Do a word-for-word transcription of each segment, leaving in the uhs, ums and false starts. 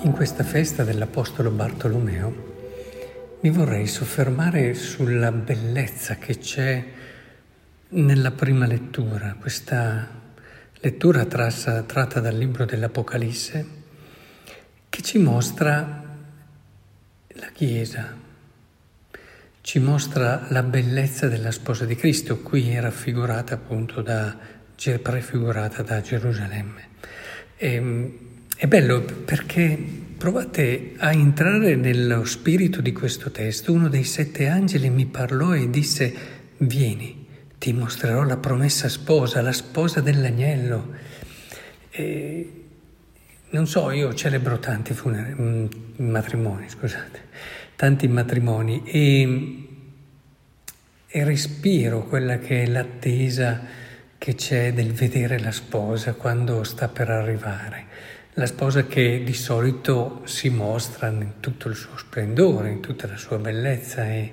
In questa festa dell'Apostolo Bartolomeo mi vorrei soffermare sulla bellezza che c'è nella prima lettura, questa lettura trassa, tratta dal libro dell'Apocalisse, che ci mostra la Chiesa, ci mostra la bellezza della sposa di Cristo, qui raffigurata appunto da, prefigurata da Gerusalemme. E, è bello perché provate a entrare nello spirito di questo testo. Uno dei sette angeli mi parlò e disse: vieni, ti mostrerò la promessa sposa, la sposa dell'agnello. E non so, io celebro tanti funer- matrimoni, scusate, tanti matrimoni e, e respiro quella che è l'attesa che c'è del vedere la sposa quando sta per arrivare. La sposa che di solito si mostra in tutto il suo splendore, in tutta la sua bellezza e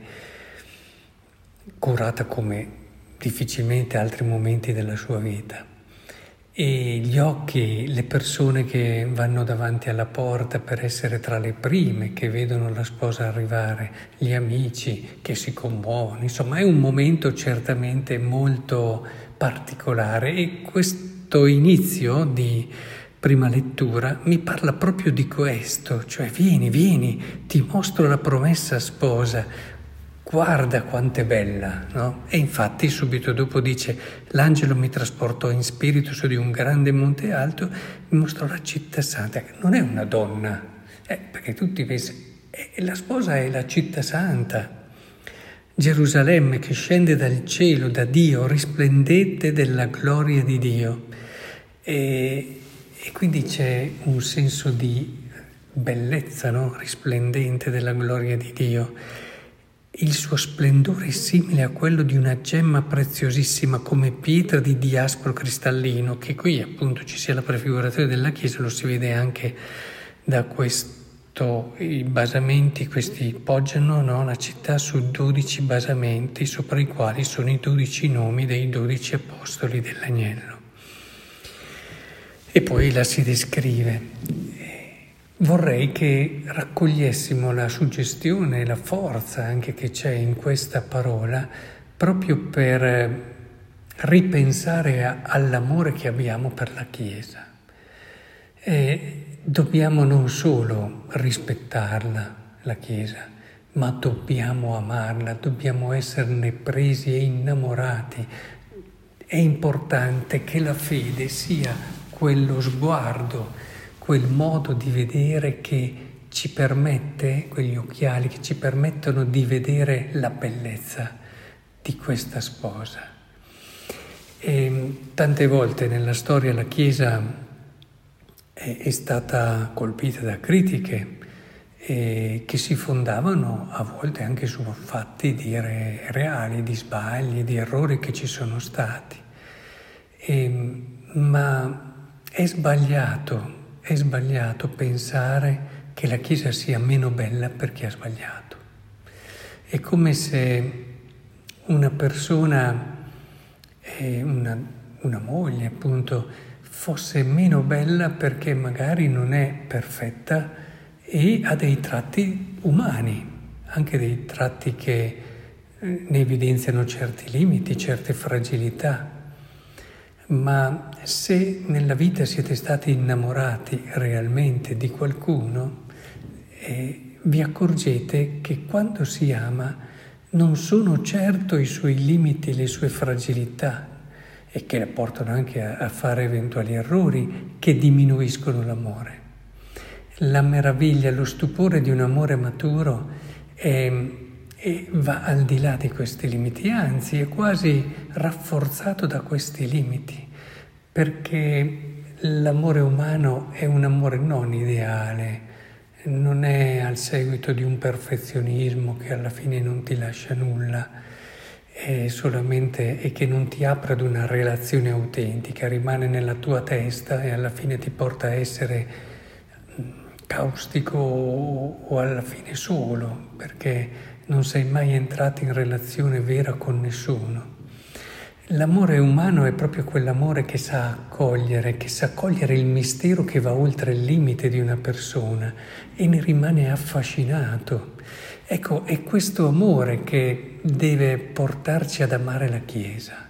curata come difficilmente altri momenti della sua vita. E gli occhi, le persone che vanno davanti alla porta per essere tra le prime che vedono la sposa arrivare, gli amici che si commuovono, insomma è un momento certamente molto particolare e questo inizio di prima lettura mi parla proprio di questo, cioè vieni, vieni, ti mostro la promessa sposa, guarda quanto è bella, no? E infatti subito dopo dice: l'angelo mi trasportò in spirito su di un grande monte alto, mi mostrò la città santa. Non è una donna, eh, perché tutti pensano, eh, la sposa è la città santa, Gerusalemme che scende dal cielo, da Dio, risplendente della gloria di Dio. E, e quindi c'è un senso di bellezza, no? Risplendente della gloria di Dio. Il suo splendore è simile a quello di una gemma preziosissima come pietra di diaspro cristallino, che qui appunto ci sia la prefigurazione della Chiesa, lo si vede anche da questo, i basamenti, questi poggiano, no, la città su dodici basamenti sopra i quali sono i dodici nomi dei dodici apostoli dell'agnello. E poi la si descrive. Vorrei che raccogliessimo la suggestione e la forza anche che c'è in questa parola proprio per ripensare a, all'amore che abbiamo per la Chiesa. E dobbiamo non solo rispettarla, la Chiesa, ma dobbiamo amarla, dobbiamo esserne presi e innamorati. È importante che la fede sia quello sguardo, quel modo di vedere che ci permette, quegli occhiali che ci permettono di vedere la bellezza di questa sposa. E tante volte nella storia la Chiesa è, è stata colpita da critiche eh, che si fondavano a volte anche su fatti di re, reali, di sbagli, di errori che ci sono stati. E, ma è sbagliato È sbagliato pensare che la Chiesa sia meno bella perché ha sbagliato. È come se una persona, eh, una, una moglie appunto, fosse meno bella perché magari non è perfetta e ha dei tratti umani, anche dei tratti che eh, ne evidenziano certi limiti, certe fragilità. Ma se nella vita siete stati innamorati realmente di qualcuno, eh, vi accorgete che quando si ama non sono certo i suoi limiti, le sue fragilità, e che la portano anche a, a fare eventuali errori che diminuiscono l'amore. La meraviglia, lo stupore di un amore maturo è e va al di là di questi limiti, anzi è quasi rafforzato da questi limiti, perché l'amore umano è un amore non ideale, non è al seguito di un perfezionismo che alla fine non ti lascia nulla, è solamente e che non ti apre ad una relazione autentica, rimane nella tua testa e alla fine ti porta a essere caustico o alla fine solo, perché non sei mai entrato in relazione vera con nessuno. L'amore umano è proprio quell'amore che sa accogliere, che sa cogliere il mistero che va oltre il limite di una persona e ne rimane affascinato. Ecco, è questo amore che deve portarci ad amare la Chiesa.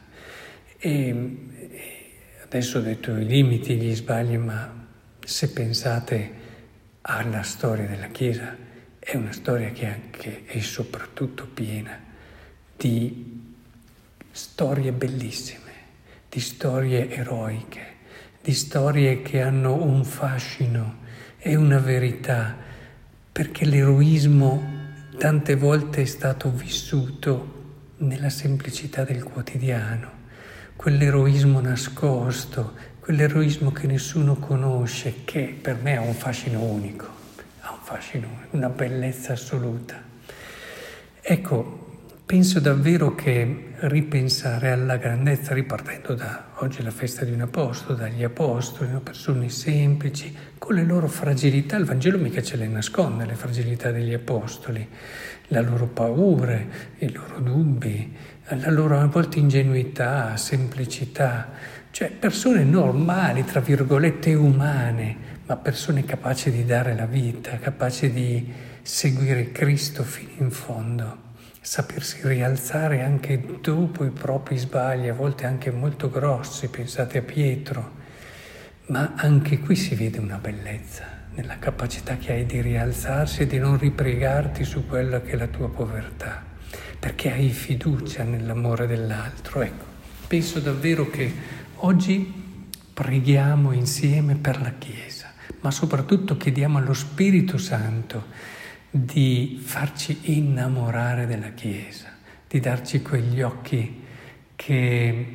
E adesso ho detto i limiti, gli sbagli, ma se pensate alla storia della Chiesa, è una storia che anche è soprattutto piena di storie bellissime, di storie eroiche, di storie che hanno un fascino e una verità, perché l'eroismo tante volte è stato vissuto nella semplicità del quotidiano, quell'eroismo nascosto, quell'eroismo che nessuno conosce, che per me ha un fascino unico, ha un fascino, una bellezza assoluta. Ecco, penso davvero che ripensare alla grandezza, ripartendo da oggi è la festa di un apostolo, dagli apostoli, no? Persone semplici, con le loro fragilità, il Vangelo mica ce le nasconde, le fragilità degli apostoli, le loro paure, i loro dubbi, la loro a volte ingenuità, semplicità, cioè persone normali, tra virgolette umane, ma persone capaci di dare la vita, capaci di seguire Cristo fino in fondo. Sapersi rialzare anche dopo i propri sbagli, a volte anche molto grossi, pensate a Pietro, ma anche qui si vede una bellezza, nella capacità che hai di rialzarsi e di non ripiegarti su quella che è la tua povertà, perché hai fiducia nell'amore dell'altro. Ecco, penso davvero che oggi preghiamo insieme per la Chiesa, ma soprattutto chiediamo allo Spirito Santo di farci innamorare della Chiesa, di darci quegli occhi che,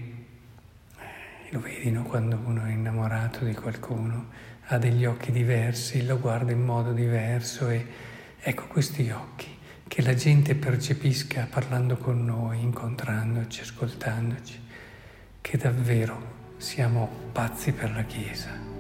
lo vedi, no? Quando uno è innamorato di qualcuno, ha degli occhi diversi, lo guarda in modo diverso e ecco questi occhi, che la gente percepisca parlando con noi, incontrandoci, ascoltandoci, che davvero siamo pazzi per la Chiesa.